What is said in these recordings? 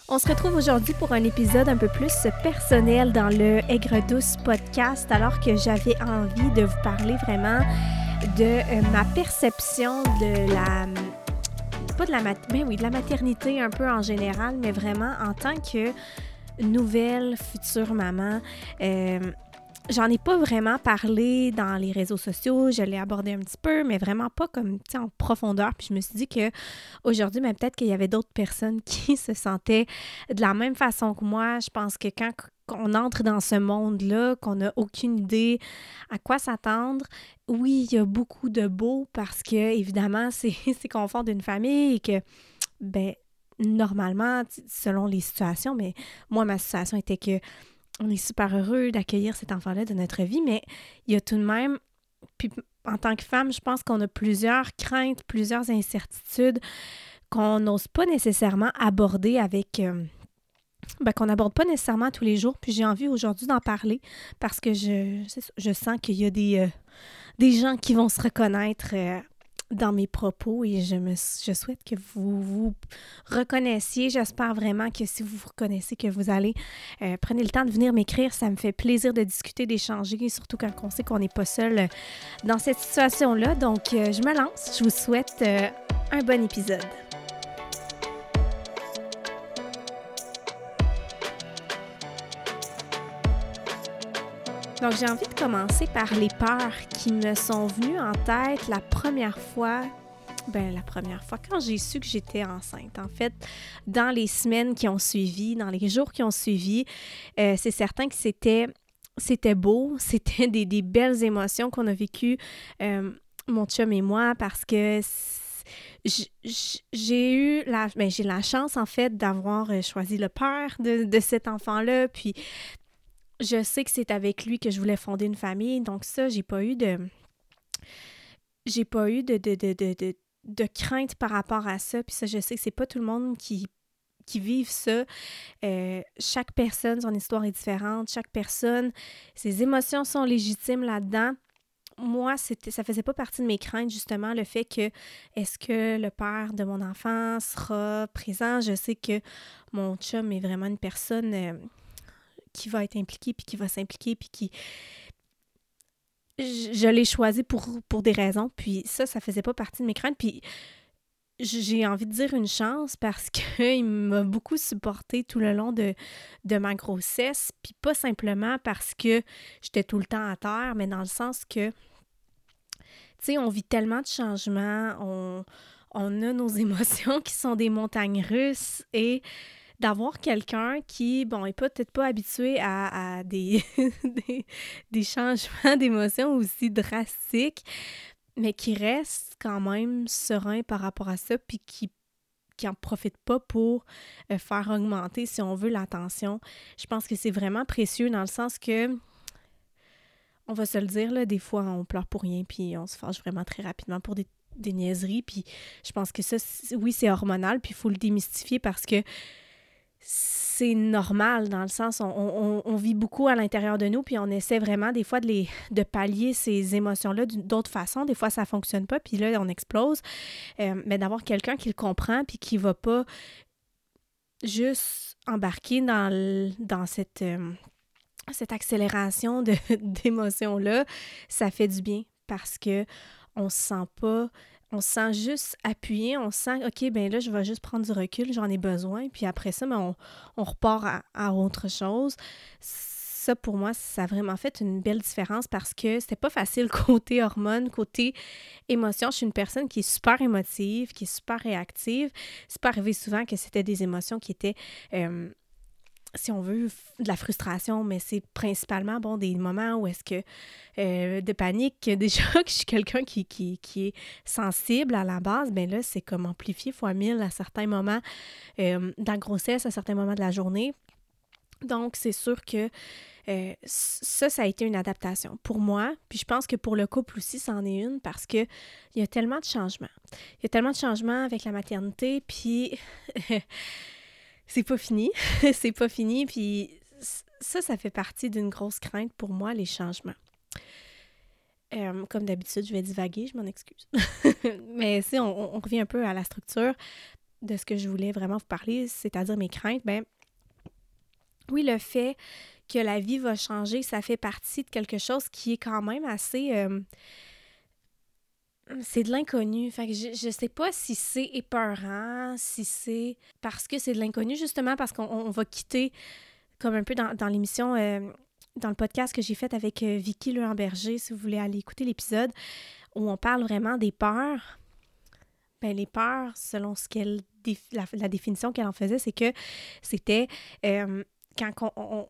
On se retrouve aujourd'hui pour un épisode un peu plus personnel dans le Aigre Douce podcast, alors que j'avais envie de vous parler vraiment de ma perception de la... pas de la de la maternité un peu en général, mais vraiment en tant que nouvelle future maman. J'en ai pas vraiment parlé dans les réseaux sociaux, je l'ai abordé un petit peu, mais vraiment pas comme, tu sais, en profondeur. Puis je me suis dit que aujourd'hui, mais peut-être qu'il y avait d'autres personnes qui se sentaient de la même façon que moi. Je pense que quand on entre dans ce monde-là, qu'on n'a aucune idée à quoi s'attendre, oui, il y a beaucoup de beau parce que, évidemment, c'est qu'on fonde une famille et que, ben, normalement, selon les situations, mais moi, ma situation était que on est super heureux d'accueillir cet enfant-là de notre vie, mais il y a tout de même, puis en tant que femme, je pense qu'on a plusieurs craintes, plusieurs incertitudes qu'on n'ose pas nécessairement aborder avec... qu'on n'aborde pas nécessairement tous les jours, puis j'ai envie aujourd'hui d'en parler parce que je sens qu'il y a des gens qui vont se reconnaître dans mes propos et je souhaite que vous vous reconnaissiez. J'espère vraiment que si vous vous reconnaissez, que vous allez prenez le temps de venir m'écrire. Ça me fait plaisir de discuter, d'échanger, surtout quand on sait qu'on n'est pas seul dans cette situation-là. Donc, je me lance. Je vous souhaite un bon épisode. Donc, j'ai envie de commencer par les peurs qui me sont venues en tête la première fois, quand j'ai su que j'étais enceinte. En fait, dans les semaines qui ont suivi, dans les jours qui ont suivi, c'est certain que c'était beau, c'était des belles émotions qu'on a vécues, mon chum et moi, parce que j'ai la chance, en fait, d'avoir choisi le père de cet enfant-là, puis je sais que c'est avec lui que je voulais fonder une famille, donc ça, j'ai pas eu de crainte par rapport à ça, puis ça, je sais que c'est pas tout le monde qui vivent ça. Chaque personne, son histoire est différente, chaque personne, ses émotions sont légitimes là-dedans. Moi, ça faisait pas partie de mes craintes, justement, le fait que est-ce que le père de mon enfant sera présent? Je sais que mon chum est vraiment une personne qui va être impliquée, puis qui va s'impliquer, puis qui... Je l'ai choisi pour des raisons, puis ça faisait pas partie de mes craintes, puis j'ai envie de dire une chance parce qu'il m'a beaucoup supportée tout le long de ma grossesse, puis pas simplement parce que j'étais tout le temps à terre, mais dans le sens que, tu sais, on vit tellement de changements, on a nos émotions qui sont des montagnes russes et d'avoir quelqu'un qui, bon, est peut-être pas habitué à des, des changements d'émotions aussi drastiques, mais qui reste quand même serein par rapport à ça, puis qui en profite pas pour faire augmenter, si on veut, la tension. Je pense que c'est vraiment précieux dans le sens que, on va se le dire, là, des fois, on pleure pour rien, puis on se fâche vraiment très rapidement pour des niaiseries, puis je pense que ça, oui, c'est hormonal, puis il faut le démystifier parce que c'est normal dans le sens on vit beaucoup à l'intérieur de nous puis on essaie vraiment des fois de pallier ces émotions-là d'autres façons. Des fois, ça fonctionne pas puis là, on explose. Mais d'avoir quelqu'un qui le comprend puis qui va pas juste embarquer dans cette accélération d'émotions-là, ça fait du bien parce que on se sent pas... On se sent juste appuyé, on se sent, OK, ben là, je vais juste prendre du recul, j'en ai besoin. Puis après ça, ben on repart à autre chose. Ça, pour moi, ça a vraiment fait une belle différence parce que c'était pas facile côté hormones, côté émotions. Je suis une personne qui est super émotive, qui est super réactive. C'est pas arrivé souvent que c'était des émotions qui étaient... si on veut, de la frustration, mais c'est principalement, bon, des moments où est-ce que, de panique, déjà que je suis quelqu'un qui est sensible à la base, ben là, c'est comme amplifié fois 1000 à certains moments dans la grossesse, à certains moments de la journée. Donc, c'est sûr que ça a été une adaptation pour moi, puis je pense que pour le couple aussi, c'en est une, parce que il y a tellement de changements. Il y a tellement de changements avec la maternité, puis... c'est pas fini, c'est pas fini, puis ça fait partie d'une grosse crainte pour moi, les changements. Comme d'habitude, je vais divaguer, je m'en excuse. Mais si on revient un peu à la structure, de ce que je voulais vraiment vous parler, c'est-à-dire mes craintes, ben oui, le fait que la vie va changer, ça fait partie de quelque chose qui est quand même assez... c'est de l'inconnu. Fait que je sais pas si c'est épeurant, si c'est parce que c'est de l'inconnu, justement parce qu'on va quitter, comme un peu dans l'émission, dans le podcast que j'ai fait avec Vicky Lehamberger, si vous voulez aller écouter l'épisode, où on parle vraiment des peurs. Ben, les peurs, selon ce qu'elle la définition qu'elle en faisait, c'est que c'était quand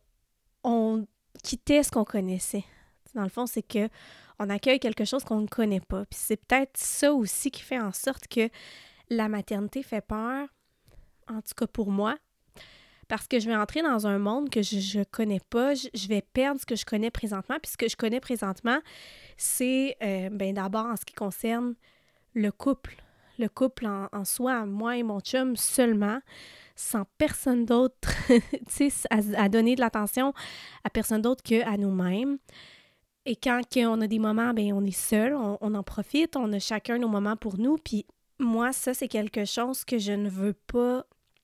on quittait ce qu'on connaissait. Dans le fond, c'est que on accueille quelque chose qu'on ne connaît pas. Puis c'est peut-être ça aussi qui fait en sorte que la maternité fait peur, en tout cas pour moi, parce que je vais entrer dans un monde que je connais pas, je vais perdre ce que je connais présentement. Puis ce que je connais présentement, c'est d'abord en ce qui concerne le couple. Le couple en soi, moi et mon chum seulement, sans personne d'autre, tu sais, à donner de l'attention à personne d'autre qu'à nous-mêmes. Et quand on a des moments, ben on est seul, on en profite, on a chacun nos moments pour nous. Puis moi, ça, c'est quelque chose que je ne veux pas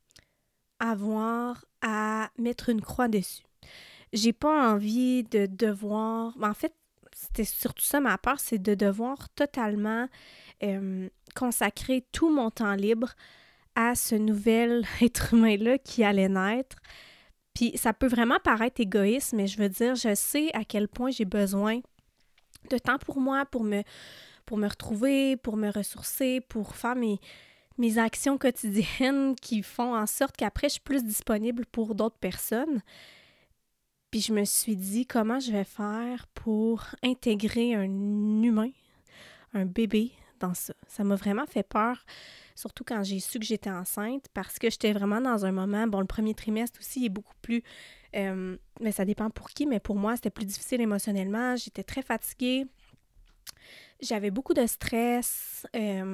avoir à mettre une croix dessus. J'ai pas envie de devoir... En fait, c'était surtout ça ma peur, c'est de devoir totalement consacrer tout mon temps libre à ce nouvel être humain-là qui allait naître. Puis ça peut vraiment paraître égoïste, mais je veux dire, je sais à quel point j'ai besoin de temps pour moi, pour me retrouver, pour me ressourcer, pour faire mes actions quotidiennes qui font en sorte qu'après, je suis plus disponible pour d'autres personnes. Puis je me suis dit, comment je vais faire pour intégrer un humain, un bébé dans ça. Ça m'a vraiment fait peur, surtout quand j'ai su que j'étais enceinte, parce que j'étais vraiment dans un moment, bon, le premier trimestre aussi est beaucoup plus, mais ça dépend pour qui, mais pour moi, c'était plus difficile émotionnellement, j'étais très fatiguée, j'avais beaucoup de stress,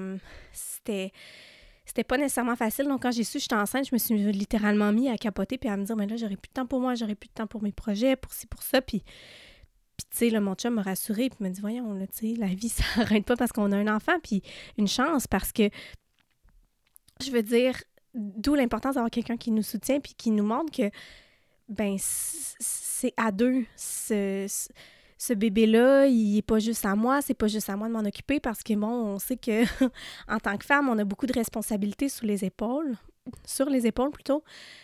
c'était pas nécessairement facile, donc quand j'ai su que j'étais enceinte, je me suis littéralement mis à capoter puis à me dire, mais là, j'aurais plus de temps pour moi, j'aurais plus de temps pour mes projets, pour ci, pour ça, puis tu sais, là, mon chum m'a rassurée puis m'a dit, voyons, là, tu sais, la vie, ça n'arrête pas parce qu'on a un enfant, puis une chance, parce que, je veux dire, d'où l'importance d'avoir quelqu'un qui nous soutient puis qui nous montre que, ben, c'est à deux. Ce bébé-là, il n'est pas juste à moi, c'est pas juste à moi de m'en occuper parce que, bon, on sait que en tant que femme, on a beaucoup de responsabilités sur les épaules plutôt.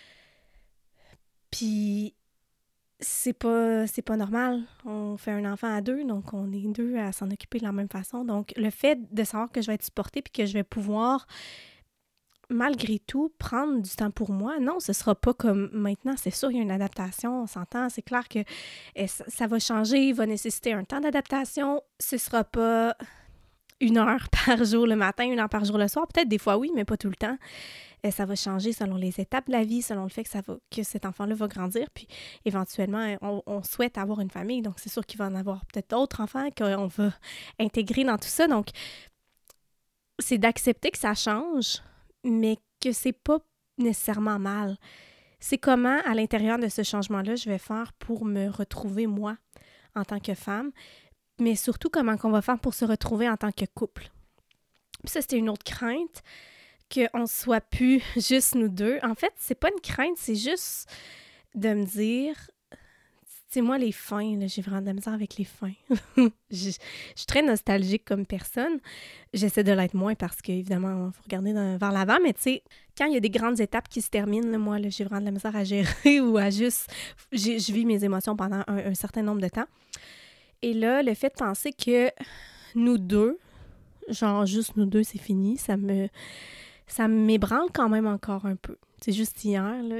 Puis c'est pas normal. On fait un enfant à deux, donc on est deux à s'en occuper de la même façon. Donc, le fait de savoir que je vais être supportée puis que je vais pouvoir, malgré tout, prendre du temps pour moi, non, ce sera pas comme maintenant. C'est sûr, il y a une adaptation, on s'entend. C'est clair que ça va changer, il va nécessiter un temps d'adaptation. Ce sera pas 1 heure par jour le matin, 1 heure par jour le soir. Peut-être des fois oui, mais pas tout le temps. Ça va changer selon les étapes de la vie, selon le fait que cet enfant-là va grandir. Puis éventuellement, on souhaite avoir une famille. Donc, c'est sûr qu'il va en avoir peut-être d'autres enfants qu'on va intégrer dans tout ça. Donc, c'est d'accepter que ça change, mais que c'est pas nécessairement mal. C'est comment, à l'intérieur de ce changement-là, je vais faire pour me retrouver, moi, en tant que femme, mais surtout comment on va faire pour se retrouver en tant que couple. Puis ça, c'était une autre crainte, qu'on soit plus juste nous deux. En fait, c'est pas une crainte, c'est juste de me dire... Tu sais, moi, les fins, là, j'ai vraiment de la misère avec les fins. Je suis très nostalgique comme personne. J'essaie de l'être moins parce qu'évidemment, il faut regarder vers l'avant, mais tu sais, quand il y a des grandes étapes qui se terminent, là, moi, là, j'ai vraiment de la misère à gérer ou à juste... Je vis mes émotions pendant un certain nombre de temps. Et là, le fait de penser que nous deux, genre juste nous deux, c'est fini, ça m'ébranle quand même encore un peu. C'est juste hier, là,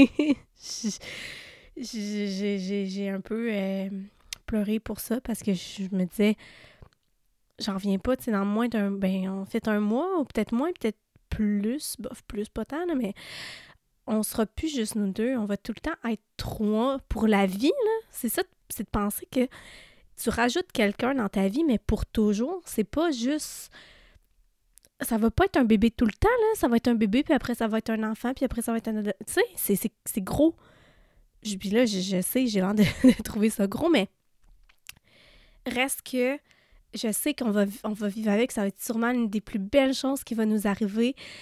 j'ai un peu pleuré pour ça parce que je me disais, j'en reviens pas, tu sais, dans moins d'un, on fait 1 mois ou peut-être moins, peut-être plus, pas tant, là, mais on sera plus juste nous deux, on va tout le temps être 3 pour la vie, là. C'est ça, c'est de penser que tu rajoutes quelqu'un dans ta vie, mais pour toujours, c'est pas juste... Ça va pas être un bébé tout le temps, là. Ça va être un bébé, puis après, ça va être un enfant, puis après, ça va être un... Tu sais, c'est gros. Puis là, je sais, j'ai l'air de trouver ça gros, mais reste que je sais qu'on va vivre avec. Ça va être sûrement une des plus belles choses qui va nous arriver.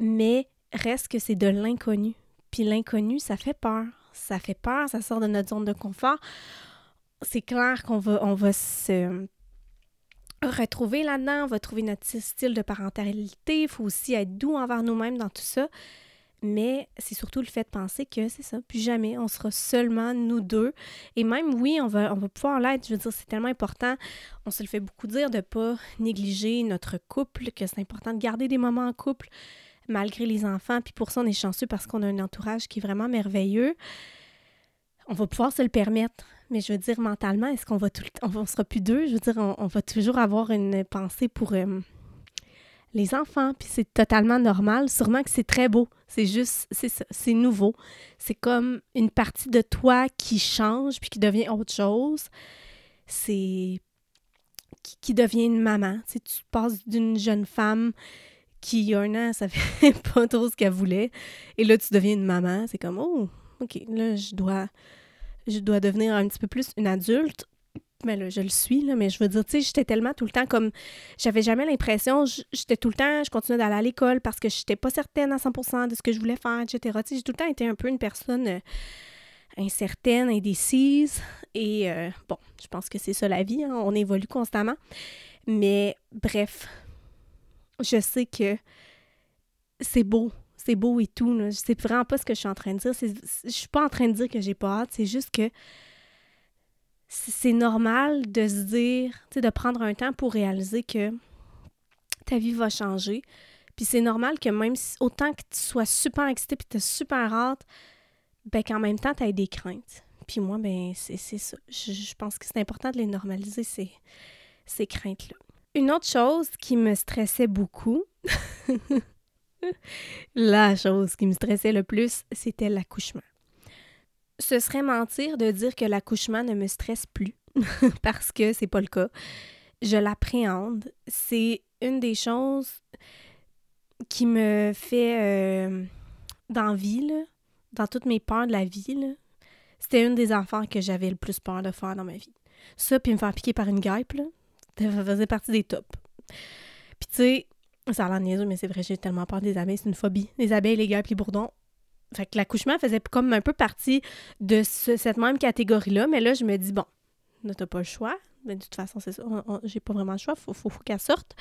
mais reste que c'est de l'inconnu. Puis l'inconnu, ça fait peur. Ça fait peur, ça sort de notre zone de confort. C'est clair qu'on va se retrouver là-dedans, on va trouver notre style de parentalité. Il faut aussi être doux envers nous-mêmes dans tout ça. Mais c'est surtout le fait de penser que c'est ça, plus jamais, on sera seulement nous deux. Et même, oui, on va pouvoir l'être. Je veux dire, c'est tellement important. On se le fait beaucoup dire de ne pas négliger notre couple, que c'est important de garder des moments en couple, malgré les enfants. Puis pour ça, on est chanceux parce qu'on a un entourage qui est vraiment merveilleux. On va pouvoir se le permettre. Mais je veux dire, mentalement, est-ce qu'on va on sera plus deux? Je veux dire, on va toujours avoir une pensée pour les enfants, puis c'est totalement normal. Sûrement que c'est très beau. C'est juste, c'est ça, c'est nouveau. C'est comme une partie de toi qui change puis qui devient autre chose. C'est... qui devient une maman. Tu sais, tu passes d'une jeune femme qui, 1 an, ça fait pas trop ce qu'elle voulait. Et là, tu deviens une maman. C'est comme, oh, OK, là, je dois devenir un petit peu plus une adulte. Mais là, je le suis, là, mais je veux dire, tu sais, j'étais tellement tout le temps comme... J'avais jamais l'impression... J'étais tout le temps... Je continuais d'aller à l'école parce que j'étais pas certaine à 100% de ce que je voulais faire, etc. Tu sais, j'ai tout le temps été un peu une personne incertaine, indécise. Et bon, je pense que c'est ça la vie, hein, on évolue constamment. Mais bref, je sais que c'est beau et tout. Là. C'est vraiment pas ce que je suis en train de dire. Je suis pas en train de dire que j'ai pas hâte, c'est juste que c'est normal de se dire, tu sais, de prendre un temps pour réaliser que ta vie va changer. Puis c'est normal que même si, autant que tu sois super excité puis tu as super hâte, ben qu'en même temps, tu aies des craintes. Puis moi, ben c'est ça. Je pense que c'est important de les normaliser, ces craintes-là. Une autre chose qui me stressait beaucoup, la chose qui me stressait le plus, c'était l'accouchement. Ce serait mentir de dire que l'accouchement ne me stresse plus, parce que c'est pas le cas. Je l'appréhende. C'est une des choses qui me fait d'envie, là, dans toutes mes peurs de la vie. Là. C'était une des enfants que j'avais le plus peur de faire dans ma vie. Ça, puis me faire piquer par une guêpe, là, ça faisait partie des tops. Puis tu sais, ça a l'air niaiseux, mais c'est vrai, j'ai tellement peur des abeilles, c'est une phobie. Les abeilles, les guêpes, les bourdons. Fait que l'accouchement faisait comme un peu partie de cette même catégorie-là, mais là, je me dis, bon, là, t'as pas le choix. Mais de toute façon, c'est ça, j'ai pas vraiment le choix, faut qu'elle sorte.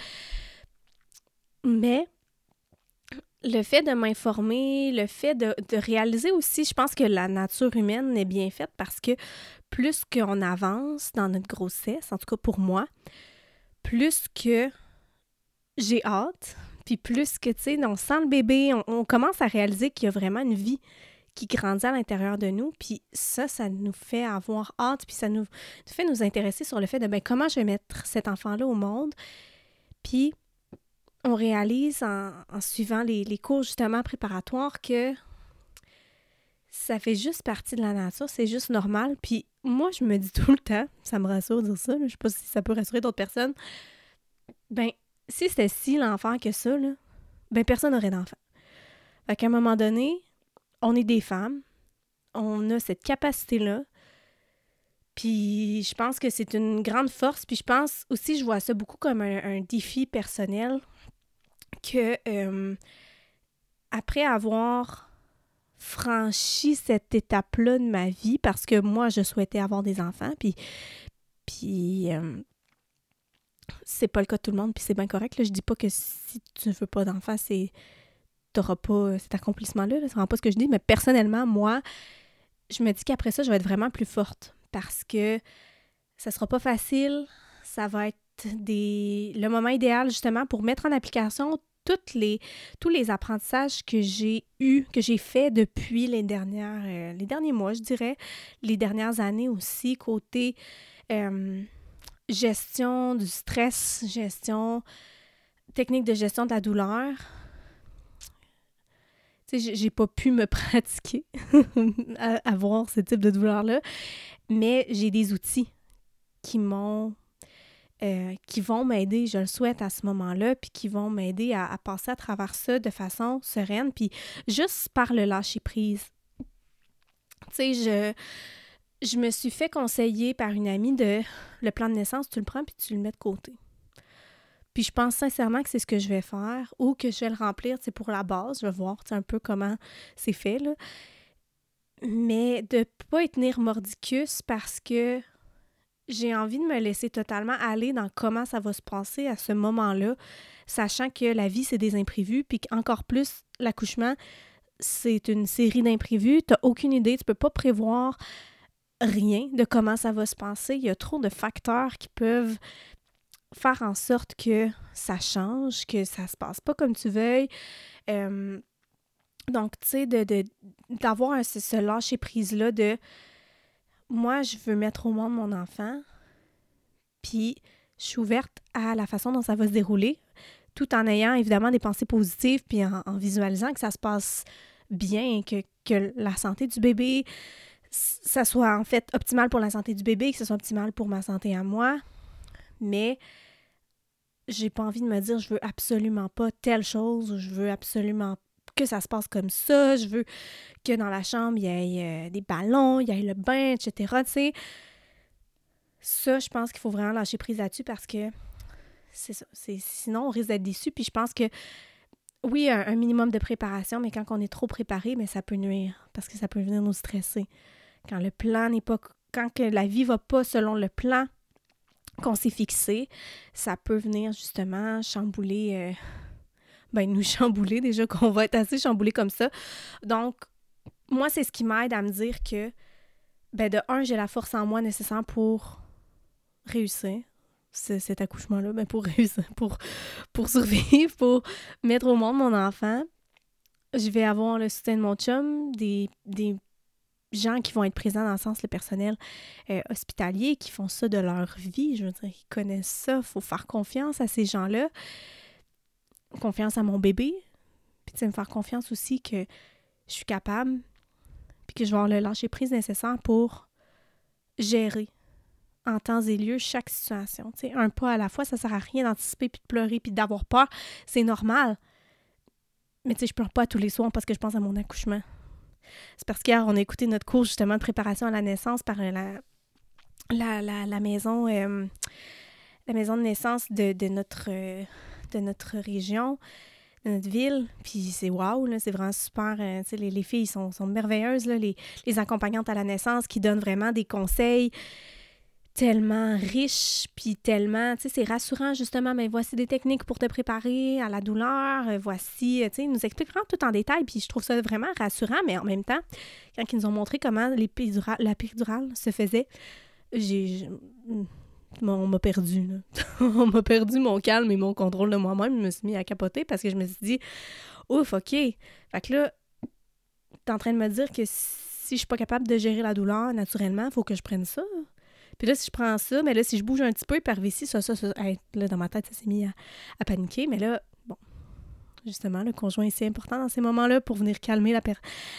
Mais le fait de m'informer, le fait de réaliser aussi, je pense que la nature humaine est bien faite parce que plus qu'on avance dans notre grossesse, en tout cas pour moi, plus que j'ai hâte, puis plus que, tu sais, on sent le bébé, on commence à réaliser qu'il y a vraiment une vie qui grandit à l'intérieur de nous, puis ça nous fait avoir hâte, puis ça nous fait nous intéresser sur le fait de, ben comment je vais mettre cet enfant-là au monde, puis on réalise en suivant les cours justement préparatoires que ça fait juste partie de la nature, c'est juste normal, puis moi, je me dis tout le temps, ça me rassure de dire ça, là, je sais pas si ça peut rassurer d'autres personnes, ben si c'était si l'enfant que ça, là, ben personne n'aurait d'enfant. Fait qu'à un moment donné, on est des femmes, on a cette capacité-là, puis je pense que c'est une grande force, puis je pense aussi, je vois ça beaucoup comme un défi personnel, que après avoir franchi cette étape-là de ma vie, parce que moi, je souhaitais avoir des enfants, puis c'est pas le cas de tout le monde, puis c'est bien correct, là. Je dis pas que si tu ne veux pas d'enfants, t'auras pas cet accomplissement-là, là. C'est vraiment pas ce que je dis, mais personnellement, moi, je me dis qu'après ça, je vais être vraiment plus forte parce que ça sera pas facile, ça va être le moment idéal justement pour mettre en application tous les apprentissages que j'ai fait depuis les derniers mois, je dirais, les dernières années aussi, côté gestion du stress, technique de gestion de la douleur. Tu sais, j'ai pas pu me pratiquer à avoir ce type de douleur-là, mais j'ai des outils qui vont m'aider, je le souhaite à ce moment-là, puis qui vont m'aider à passer à travers ça de façon sereine, puis juste par le lâcher-prise. Tu sais, je me suis fait conseiller par une amie de le plan de naissance, tu le prends puis tu le mets de côté. Puis je pense sincèrement que c'est ce que je vais faire ou que je vais le remplir, tu sais, pour la base. Je vais voir, tu sais, un peu comment c'est fait, là. Mais de pas y tenir mordicus parce que j'ai envie de me laisser totalement aller dans comment ça va se passer à ce moment-là, sachant que la vie, c'est des imprévus, puis qu'encore plus, l'accouchement, c'est une série d'imprévus. T'as aucune idée, tu peux pas prévoir rien de comment ça va se passer. Il y a trop de facteurs qui peuvent faire en sorte que ça change, que ça se passe pas comme tu veuilles. Donc, tu sais, d'avoir ce lâcher-prise-là de moi, je veux mettre au monde mon enfant, puis je suis ouverte à la façon dont ça va se dérouler, tout en ayant évidemment des pensées positives, puis en visualisant que ça se passe bien, que la santé du bébé, ça soit en fait optimal pour la santé du bébé, que ce soit optimal pour ma santé à moi. Mais j'ai pas envie de me dire je veux absolument pas telle chose, ou je veux absolument que ça se passe comme ça, je veux que dans la chambre, il y ait des ballons, il y ait le bain, etc. Tu sais, ça, je pense qu'il faut vraiment lâcher prise là-dessus parce que c'est ça. Sinon, on risque d'être déçu. Puis je pense que, oui, un minimum de préparation, mais quand on est trop préparé, mais ça peut nuire parce que ça peut venir nous stresser. Quand le plan n'est pas... Quand que la vie va pas selon le plan qu'on s'est fixé, ça peut venir justement chambouler... nous chambouler déjà, qu'on va être assez chamboulé comme ça. Donc, moi, c'est ce qui m'aide à me dire que, de un, j'ai la force en moi nécessaire pour réussir cet accouchement-là, pour réussir, pour survivre, pour mettre au monde mon enfant. Je vais avoir le soutien de mon chum, des gens qui vont être présents dans le sens le personnel hospitalier, qui font ça de leur vie. Je veux dire, ils connaissent ça. Il faut faire confiance à ces gens-là. Confiance à mon bébé. Puis, tu sais, me faire confiance aussi que je suis capable, puis que je vais avoir le lâcher-prise nécessaire pour gérer en temps et lieu chaque situation. Tu sais, un pas à la fois, ça sert à rien d'anticiper, puis de pleurer, puis d'avoir peur. C'est normal. Mais tu sais, je pleure pas tous les soirs parce que je pense à mon accouchement. C'est parce qu'hier, on a écouté notre cours, justement, de préparation à la naissance par la maison... la maison de naissance de notre région, de notre ville. Puis c'est wow, là, c'est vraiment super. Tu sais, les filles sont merveilleuses, là, les accompagnantes à la naissance qui donnent vraiment des conseils tellement riches, puis tellement, tu sais, c'est rassurant, justement, mais voici des techniques pour te préparer à la douleur, voici, tu sais, ils nous expliquent vraiment tout en détail, puis je trouve ça vraiment rassurant, mais en même temps, quand ils nous ont montré comment la péridurale se faisait, on m'a perdu, là. On m'a perdu mon calme et mon contrôle de moi-même. Je me suis mis à capoter parce que je me suis dit, ouf, OK. Fait que là, t'es en train de me dire que si je suis pas capable de gérer la douleur naturellement, il faut que je prenne ça. Puis là, si je prends ça, mais là, si je bouge un petit peu, hypervécie, ça, hey, là, dans ma tête, ça s'est mis à paniquer. Mais là, bon, justement, le conjoint est si important dans ces moments-là pour venir calmer la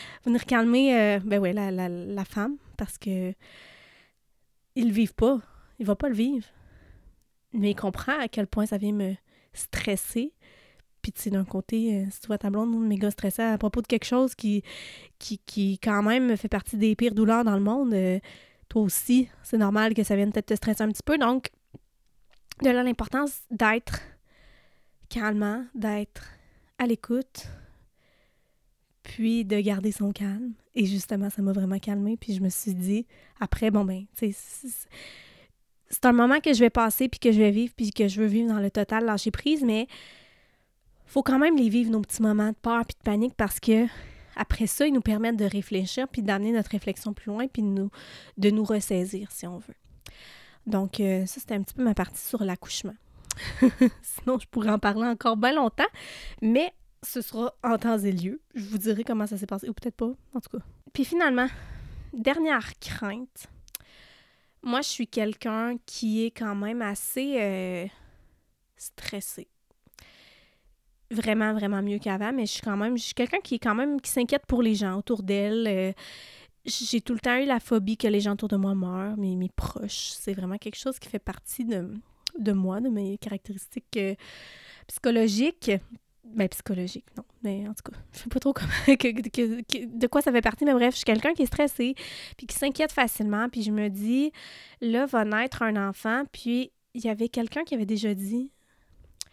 femme, parce que ils le vivent pas. Il va pas le vivre. Mais il comprend à quel point ça vient me stresser. Puis, tu sais, d'un côté, si tu vois ta blonde méga stressée à propos de quelque chose qui quand même fait partie des pires douleurs dans le monde, toi aussi, c'est normal que ça vienne peut-être te stresser un petit peu. Donc, de là, l'importance d'être calmement, d'être à l'écoute, puis de garder son calme. Et justement, ça m'a vraiment calmée. Puis je me suis dit, après, tu sais, c'est un moment que je vais passer, puis que je vais vivre, puis que je veux vivre dans le total lâcher prise, mais faut quand même les vivre, nos petits moments de peur puis de panique, parce que après ça, ils nous permettent de réfléchir, puis d'amener notre réflexion plus loin, puis de nous ressaisir, si on veut. Donc, ça, c'était un petit peu ma partie sur l'accouchement. Sinon, je pourrais en parler encore bien longtemps, mais ce sera en temps et lieu. Je vous dirai comment ça s'est passé, ou peut-être pas, en tout cas. Puis finalement, dernière crainte. Moi, je suis quelqu'un qui est quand même assez stressé. Vraiment, vraiment mieux qu'avant, mais je suis quelqu'un qui s'inquiète pour les gens autour d'elle. J'ai tout le temps eu la phobie que les gens autour de moi meurent, mes proches. C'est vraiment quelque chose qui fait partie de moi, de mes caractéristiques psychologiques. Psychologique, non. Mais en tout cas, je sais pas trop comment, de quoi ça fait partie, mais bref, je suis quelqu'un qui est stressé, puis qui s'inquiète facilement, puis je me dis, là, va naître un enfant, puis il y avait quelqu'un qui avait déjà dit,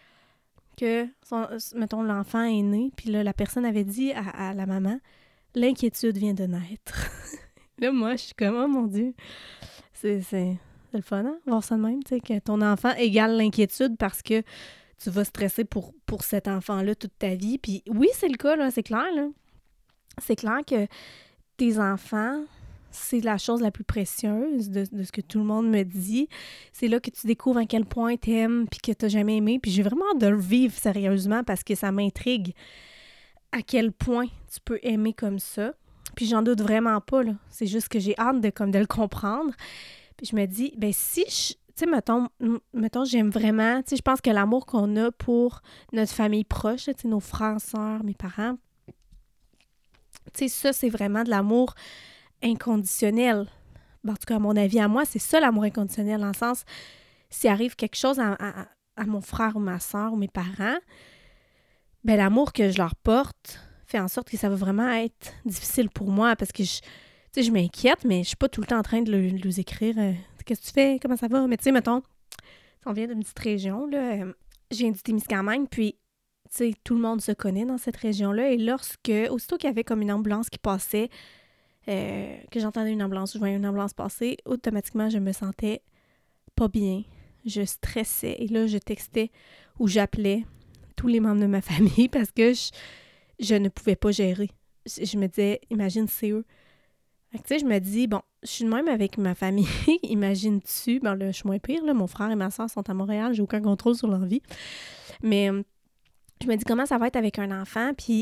mettons, l'enfant est né, puis là, la personne avait dit à la maman, l'inquiétude vient de naître. Là, moi, je suis comme, oh mon Dieu, c'est le fun, hein, voir ça de même, tu sais, que ton enfant égale l'inquiétude parce que tu vas stresser pour cet enfant-là toute ta vie. Puis oui, c'est le cas, là, c'est clair, là. C'est clair que tes enfants, c'est la chose la plus précieuse de ce que tout le monde me dit. C'est là que tu découvres à quel point t'aimes puis que t'as jamais aimé. Puis j'ai vraiment hâte de le vivre sérieusement parce que ça m'intrigue à quel point tu peux aimer comme ça. Puis j'en doute vraiment pas, là. C'est juste que j'ai hâte de le comprendre. Puis je me dis, ben si tu sais, mettons, j'aime vraiment, tu sais, je pense que l'amour qu'on a pour notre famille proche, tu sais, nos frères, sœurs, mes parents, tu sais, ça, c'est vraiment de l'amour inconditionnel. Ben, en tout cas, à mon avis, à moi, c'est ça l'amour inconditionnel, dans le sens, s'il arrive quelque chose à mon frère ou ma sœur ou mes parents, ben l'amour que je leur porte fait en sorte que ça va vraiment être difficile pour moi parce que je m'inquiète, mais je suis pas tout le temps en train de leur écrire qu'est-ce que tu fais, comment ça va? Mais tu sais, mettons, on vient d'une petite région, là, je viens du Témiscamingue, puis tu sais, tout le monde se connaît dans cette région-là, et aussitôt qu'il y avait comme une ambulance qui passait, que j'entendais une ambulance, je voyais une ambulance passer, automatiquement, je me sentais pas bien. Je stressais, et là, je textais ou j'appelais tous les membres de ma famille parce que je ne pouvais pas gérer. Je me disais, imagine, c'est eux. Fait que, tu sais, je me dis, bon, je suis de même avec ma famille, imagine-tu, ben là, je suis moins pire, là, mon frère et ma soeur sont à Montréal, j'ai aucun contrôle sur leur vie, mais je me dis, comment ça va être avec un enfant, puis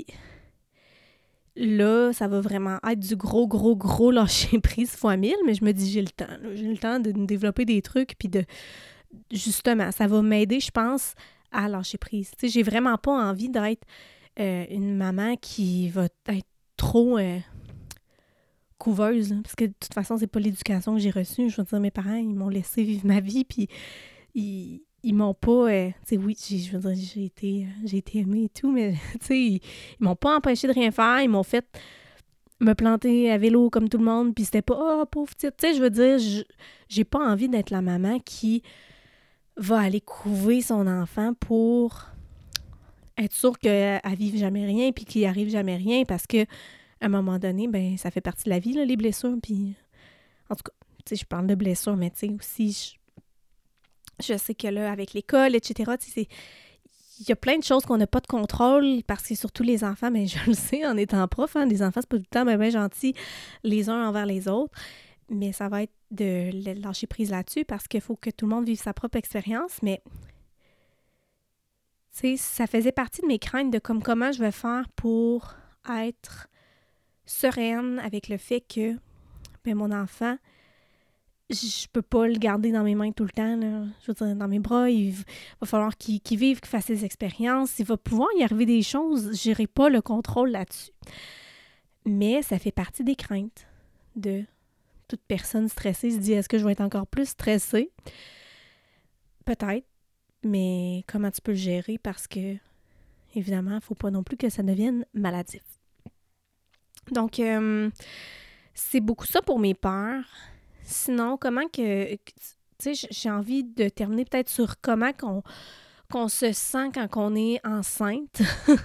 là, ça va vraiment être du gros lâcher-prise fois 1000, mais je me dis, j'ai le temps, là, j'ai le temps de développer des trucs, puis justement, ça va m'aider, je pense, à lâcher prise. Tu sais, j'ai vraiment pas envie d'être une maman qui va être trop couveuse, là, parce que de toute façon, c'est pas l'éducation que j'ai reçue. Je veux dire, mes parents, ils m'ont laissé vivre ma vie, puis ils m'ont pas... tu sais, oui, je veux dire, j'ai été aimée et tout, mais tu sais, ils m'ont pas empêché de rien faire. Ils m'ont fait me planter à vélo comme tout le monde, puis c'était pas « Oh, pauvre petite ». Tu sais, je veux dire, j'ai pas envie d'être la maman qui va aller couver son enfant pour être sûre qu'elle vive jamais rien puis qu'il arrive jamais rien parce que à un moment donné, ben ça fait partie de la vie, là, les blessures. Puis, en tout cas, tu sais, je parle de blessures, mais tu sais, aussi, je sais que là, avec l'école, etc., tu sais, il y a plein de choses qu'on n'a pas de contrôle parce que surtout les enfants, mais je le sais en étant prof, hein, les enfants, c'est pas tout le temps bien gentils les uns envers les autres. Mais ça va être de lâcher prise là-dessus parce qu'il faut que tout le monde vive sa propre expérience. Mais, tu sais, ça faisait partie de mes craintes de comment je vais faire pour être sereine avec le fait que ben, mon enfant, je peux pas le garder dans mes mains tout le temps. Là. Je veux dire, dans mes bras, il va falloir qu'il vive, qu'il fasse ses expériences. Il va pouvoir y arriver des choses. Je n'aurai pas le contrôle là-dessus. Mais ça fait partie des craintes de toute personne stressée se dit, est-ce que je vais être encore plus stressée? Peut-être, mais comment tu peux le gérer? Parce que, évidemment, il ne faut pas non plus que ça devienne maladif. Donc, c'est beaucoup ça pour mes peurs. Sinon, comment que tu sais, j'ai envie de terminer peut-être sur comment qu'on se sent quand on est enceinte.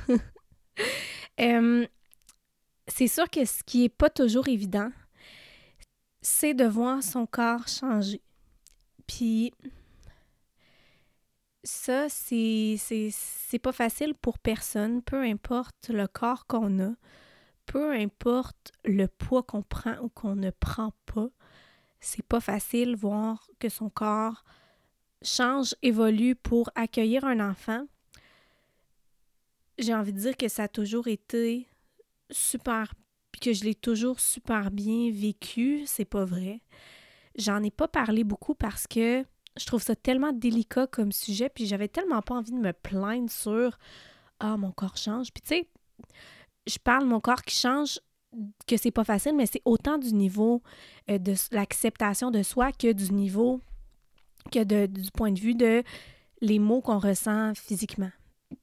C'est sûr que ce qui n'est pas toujours évident, c'est de voir son corps changer. Puis ça, c'est pas facile pour personne, peu importe le corps qu'on a, peu importe le poids qu'on prend ou qu'on ne prend pas. C'est pas facile voir que son corps change, évolue pour accueillir un enfant. J'ai envie de dire que ça a toujours été super, puis que je l'ai toujours super bien vécu, c'est pas vrai. J'en ai pas parlé beaucoup parce que je trouve ça tellement délicat comme sujet, puis j'avais tellement pas envie de me plaindre sur « Ah, mon corps change ». Puis tu sais, je parle de mon corps qui change, que c'est pas facile, mais c'est autant du niveau de l'acceptation de soi que du niveau, du point de vue de les mots qu'on ressent physiquement.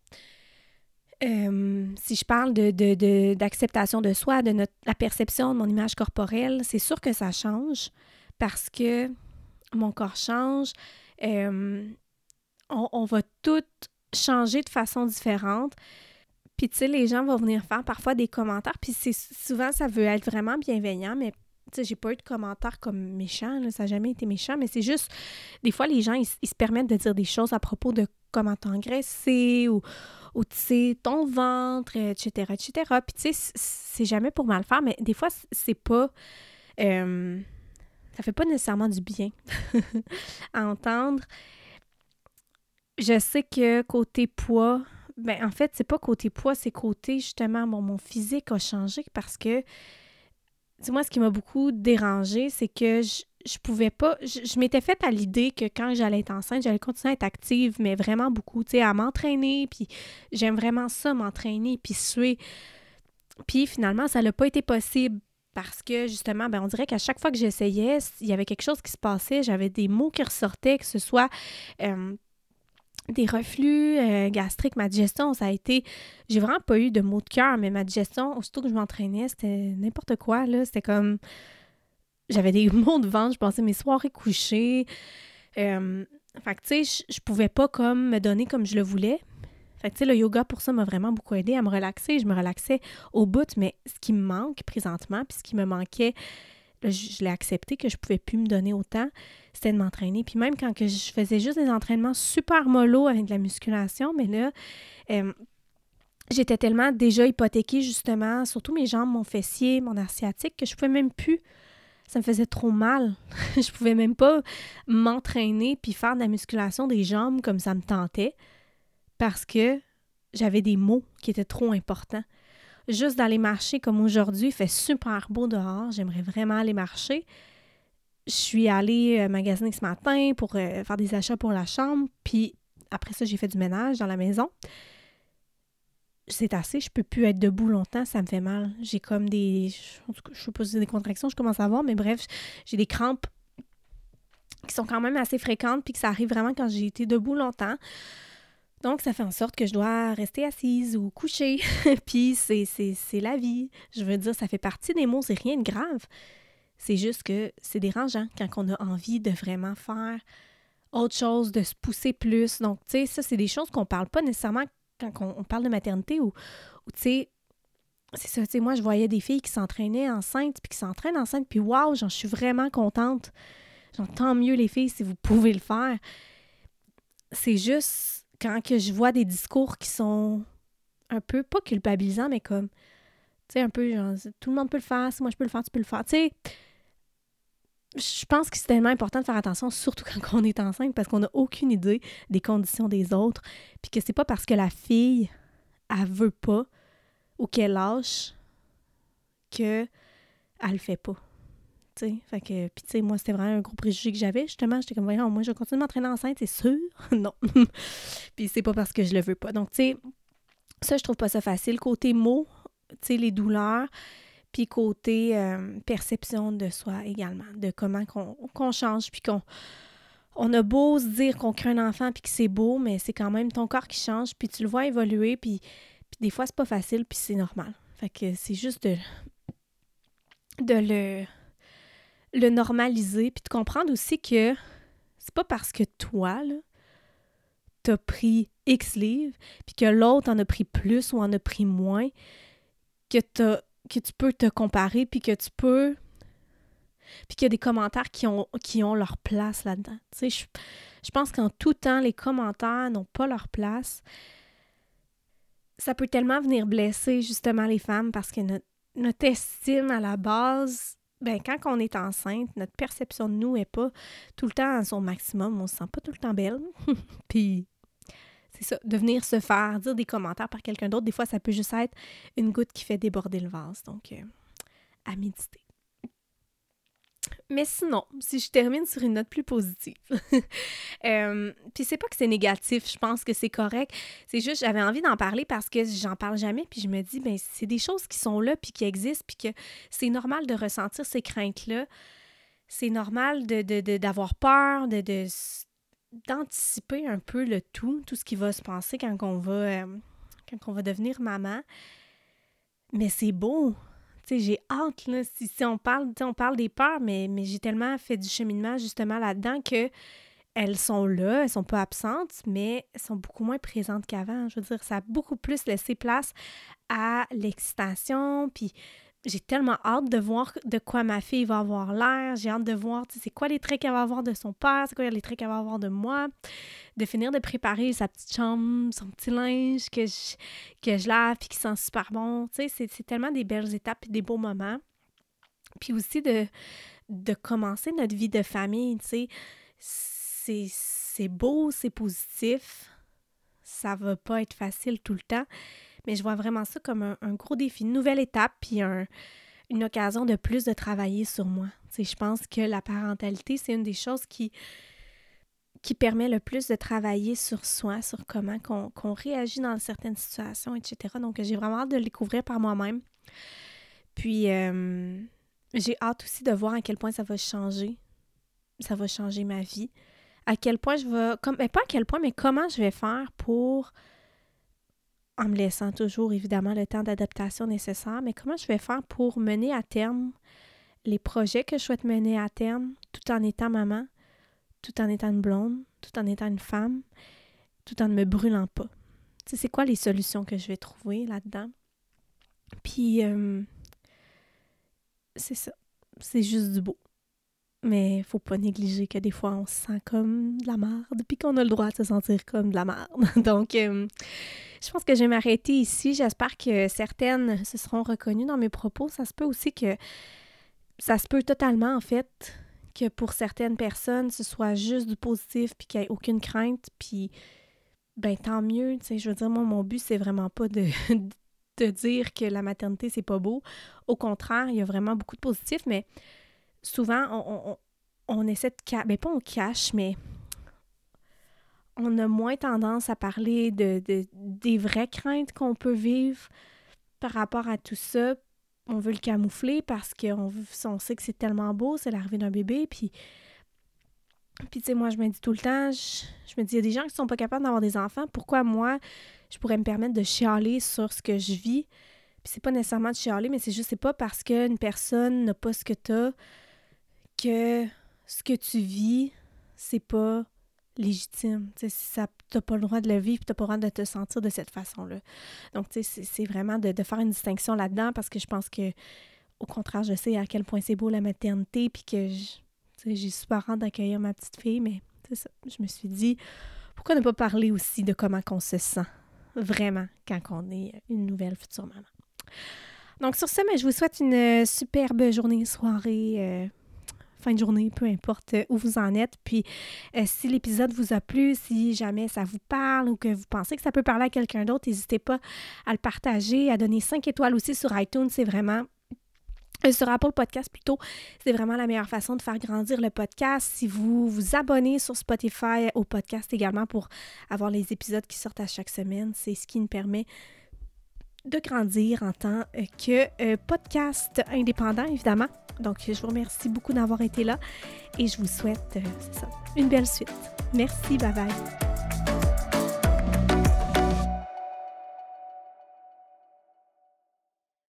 Si je parle d'acceptation de soi, de la perception de mon image corporelle, c'est sûr que ça change parce que mon corps change. On va toutes changer de façon différente. Puis, tu sais, les gens vont venir faire parfois des commentaires, puis souvent, ça veut être vraiment bienveillant, mais tu sais, j'ai pas eu de commentaires comme méchants, là, ça n'a jamais été méchant, mais c'est juste, des fois, les gens, ils se permettent de dire des choses à propos de comment t'engraisser ou tu sais, ton ventre, etc., etc. Puis, tu sais, c'est jamais pour mal faire, mais des fois, c'est pas... ça fait pas nécessairement du bien à entendre. Je sais que côté poids, ben en fait, c'est pas côté poids, c'est côté justement, mon physique a changé parce que, tu moi, ce qui m'a beaucoup dérangée, c'est que je pouvais pas, je m'étais faite à l'idée que quand j'allais être enceinte, j'allais continuer à être active, mais vraiment beaucoup, tu sais, à m'entraîner, puis j'aime vraiment ça, m'entraîner, puis suer. Puis finalement, ça n'a pas été possible parce que justement, ben on dirait qu'à chaque fois que j'essayais, il y avait quelque chose qui se passait, j'avais des mots qui ressortaient, que ce soit... des reflux gastriques, ma digestion, ça a été... J'ai vraiment pas eu de maux de cœur, mais ma digestion, aussitôt que je m'entraînais, c'était n'importe quoi, là. C'était comme... J'avais des maux de ventre, je passais mes soirées couchées. Fait que, tu sais, je pouvais pas comme me donner comme je le voulais. Fait que, tu sais, le yoga, pour ça, m'a vraiment beaucoup aidé à me relaxer. Je me relaxais au bout, mais ce qui me manque présentement, puis ce qui me manquait... Là, je l'ai accepté que je pouvais plus me donner autant, c'était de m'entraîner. Puis même quand que je faisais juste des entraînements super mollo avec de la musculation, mais là, j'étais tellement déjà hypothéquée, justement, surtout mes jambes, mon fessier, mon nerf sciatique, que je pouvais même plus. Ça me faisait trop mal. Je pouvais même pas m'entraîner puis faire de la musculation des jambes comme ça me tentait parce que j'avais des maux qui étaient trop importants. Juste d'aller marcher comme aujourd'hui, il fait super beau dehors, j'aimerais vraiment aller marcher. Je suis allée magasiner ce matin pour faire des achats pour la chambre, puis après ça, j'ai fait du ménage dans la maison. C'est assez, je peux plus être debout longtemps, ça me fait mal. J'ai comme des... En tout cas, je sais pas si c'est des contractions, je commence à avoir, mais bref, j'ai des crampes qui sont quand même assez fréquentes, puis que ça arrive vraiment quand j'ai été debout longtemps. Donc, ça fait en sorte que je dois rester assise ou coucher. Puis, c'est la vie. Je veux dire, ça fait partie des mots, c'est rien de grave. C'est juste que c'est dérangeant quand on a envie de vraiment faire autre chose, de se pousser plus. Donc, tu sais, ça, c'est des choses qu'on parle pas nécessairement quand on parle de maternité ou tu sais, c'est ça, tu sais, moi, je voyais des filles qui s'entraînaient enceintes puis qui s'entraînent enceintes, puis waouh, j'en suis vraiment contente. Genre, tant mieux les filles si vous pouvez le faire. C'est juste... quand que je vois des discours qui sont un peu, pas culpabilisants, mais comme, tu sais, un peu genre, tout le monde peut le faire, si moi je peux le faire, tu peux le faire. Tu sais, je pense que c'est tellement important de faire attention, surtout quand on est enceinte, parce qu'on n'a aucune idée des conditions des autres, puis que c'est pas parce que la fille, elle veut pas, ou qu'elle lâche, qu'elle le fait pas. T'sais, fait que, puis tu sais, moi, c'était vraiment un gros préjugé que j'avais, justement. J'étais comme, voyons, moi, je vais continuer de m'entraîner enceinte, c'est sûr? Non. Puis c'est pas parce que je le veux pas. Donc, tu sais, ça, je trouve pas ça facile. Côté mots, tu sais, les douleurs, puis côté perception de soi également, de comment qu'on change, puis on a beau se dire qu'on crée un enfant, puis que c'est beau, mais c'est quand même ton corps qui change, puis tu le vois évoluer, puis des fois, c'est pas facile, puis c'est normal. Fait que c'est juste de le normaliser, puis de comprendre aussi que c'est pas parce que toi, là, t'as pris X livres, puis que l'autre en a pris plus ou en a pris moins, que tu peux te comparer, puis que tu peux... Puis qu'il y a des commentaires qui ont leur place là-dedans. Tu sais, je pense qu'en tout temps, les commentaires n'ont pas leur place. Ça peut tellement venir blesser, justement, les femmes, parce que notre estime, à la base... Ben, quand on est enceinte, notre perception de nous n'est pas tout le temps à son maximum. On se sent pas tout le temps belle. Puis, c'est ça, de venir se faire dire des commentaires par quelqu'un d'autre, des fois, ça peut juste être une goutte qui fait déborder le vase. Donc, à méditer. Mais sinon, si je termine sur une note plus positive, puis c'est pas que c'est négatif, je pense que c'est correct, c'est juste j'avais envie d'en parler parce que j'en parle jamais, puis je me dis, ben c'est des choses qui sont là, puis qui existent, puis que c'est normal de ressentir ces craintes-là, c'est normal d'avoir peur, d'anticiper un peu le tout ce qui va se passer quand on va devenir maman, mais c'est beau. Tu sais, j'ai hâte, là, si on parle des peurs, mais j'ai tellement fait du cheminement, justement, là-dedans que elles sont là, elles sont pas absentes, mais elles sont beaucoup moins présentes qu'avant. Je veux dire, ça a beaucoup plus laissé place à l'excitation, puis j'ai tellement hâte de voir de quoi ma fille va avoir l'air. J'ai hâte de voir, tu sais, c'est quoi les traits qu'elle va avoir de son père, c'est quoi les traits qu'elle va avoir de moi. De finir de préparer sa petite chambre, son petit linge que je lave puis qui sent super bon. Tu sais, c'est tellement des belles étapes et des beaux moments. Puis aussi de commencer notre vie de famille, tu sais. C'est beau, c'est positif. Ça va pas être facile tout le temps. Mais je vois vraiment ça comme un gros défi, une nouvelle étape, puis une occasion de plus de travailler sur moi. Tu sais, je pense que la parentalité, c'est une des choses qui permet le plus de travailler sur soi, sur comment qu'on réagit dans certaines situations, etc. Donc, j'ai vraiment hâte de le découvrir par moi-même. Puis, j'ai hâte aussi de voir à quel point ça va changer. Ça va changer ma vie. À quel point pas à quel point, mais comment je vais faire pour, en me laissant toujours, évidemment, le temps d'adaptation nécessaire, mais comment je vais faire pour mener à terme les projets que je souhaite mener à terme, tout en étant maman, tout en étant une blonde, tout en étant une femme, tout en ne me brûlant pas. Tu sais, c'est quoi les solutions que je vais trouver là-dedans? Puis, c'est ça. C'est juste du beau. Mais faut pas négliger que des fois, on se sent comme de la merde, puis qu'on a le droit de se sentir comme de la merde. Donc, je pense que je vais m'arrêter ici. J'espère que certaines se seront reconnues dans mes propos. Ça se peut aussi que... Ça se peut totalement, en fait, que pour certaines personnes, ce soit juste du positif, puis qu'il n'y ait aucune crainte, puis ben tant mieux. Tu sais, je veux dire, moi, mon but, c'est vraiment pas de dire que la maternité, c'est pas beau. Au contraire, il y a vraiment beaucoup de positifs, mais souvent, on essaie de... Ben pas on cache, mais on a moins tendance à parler des vraies craintes qu'on peut vivre par rapport à tout ça. On veut le camoufler parce qu'on sait que c'est tellement beau, c'est l'arrivée d'un bébé, puis tu sais, moi, je me dis tout le temps, je me dis, il y a des gens qui sont pas capables d'avoir des enfants, pourquoi moi, je pourrais me permettre de chialer sur ce que je vis? Puis c'est pas nécessairement de chialer, mais c'est juste, c'est pas parce qu'une personne n'a pas ce que t'as que ce que tu vis, c'est pas légitime. Tu sais, t'as pas le droit de le vivre, puis t'as pas le droit de te sentir de cette façon-là. Donc, tu sais, c'est vraiment de faire une distinction là-dedans, parce que je pense que, au contraire, je sais à quel point c'est beau la maternité, puis que j'ai super hâte d'accueillir ma petite fille, mais c'est ça. Je me suis dit, pourquoi ne pas parler aussi de comment qu'on se sent vraiment quand on est une nouvelle future maman. Donc, sur ce, je vous souhaite une superbe journée, soirée, fin de journée, peu importe où vous en êtes. Puis, si l'épisode vous a plu, si jamais ça vous parle ou que vous pensez que ça peut parler à quelqu'un d'autre, n'hésitez pas à le partager, à donner 5 étoiles aussi sur iTunes. C'est vraiment... sur Apple Podcast plutôt, c'est vraiment la meilleure façon de faire grandir le podcast. Si vous vous abonnez sur Spotify au podcast également pour avoir les épisodes qui sortent à chaque semaine, c'est ce qui nous permet de grandir en tant que podcast indépendant, évidemment. Donc, je vous remercie beaucoup d'avoir été là et je vous souhaite, une belle suite. Merci, bye bye.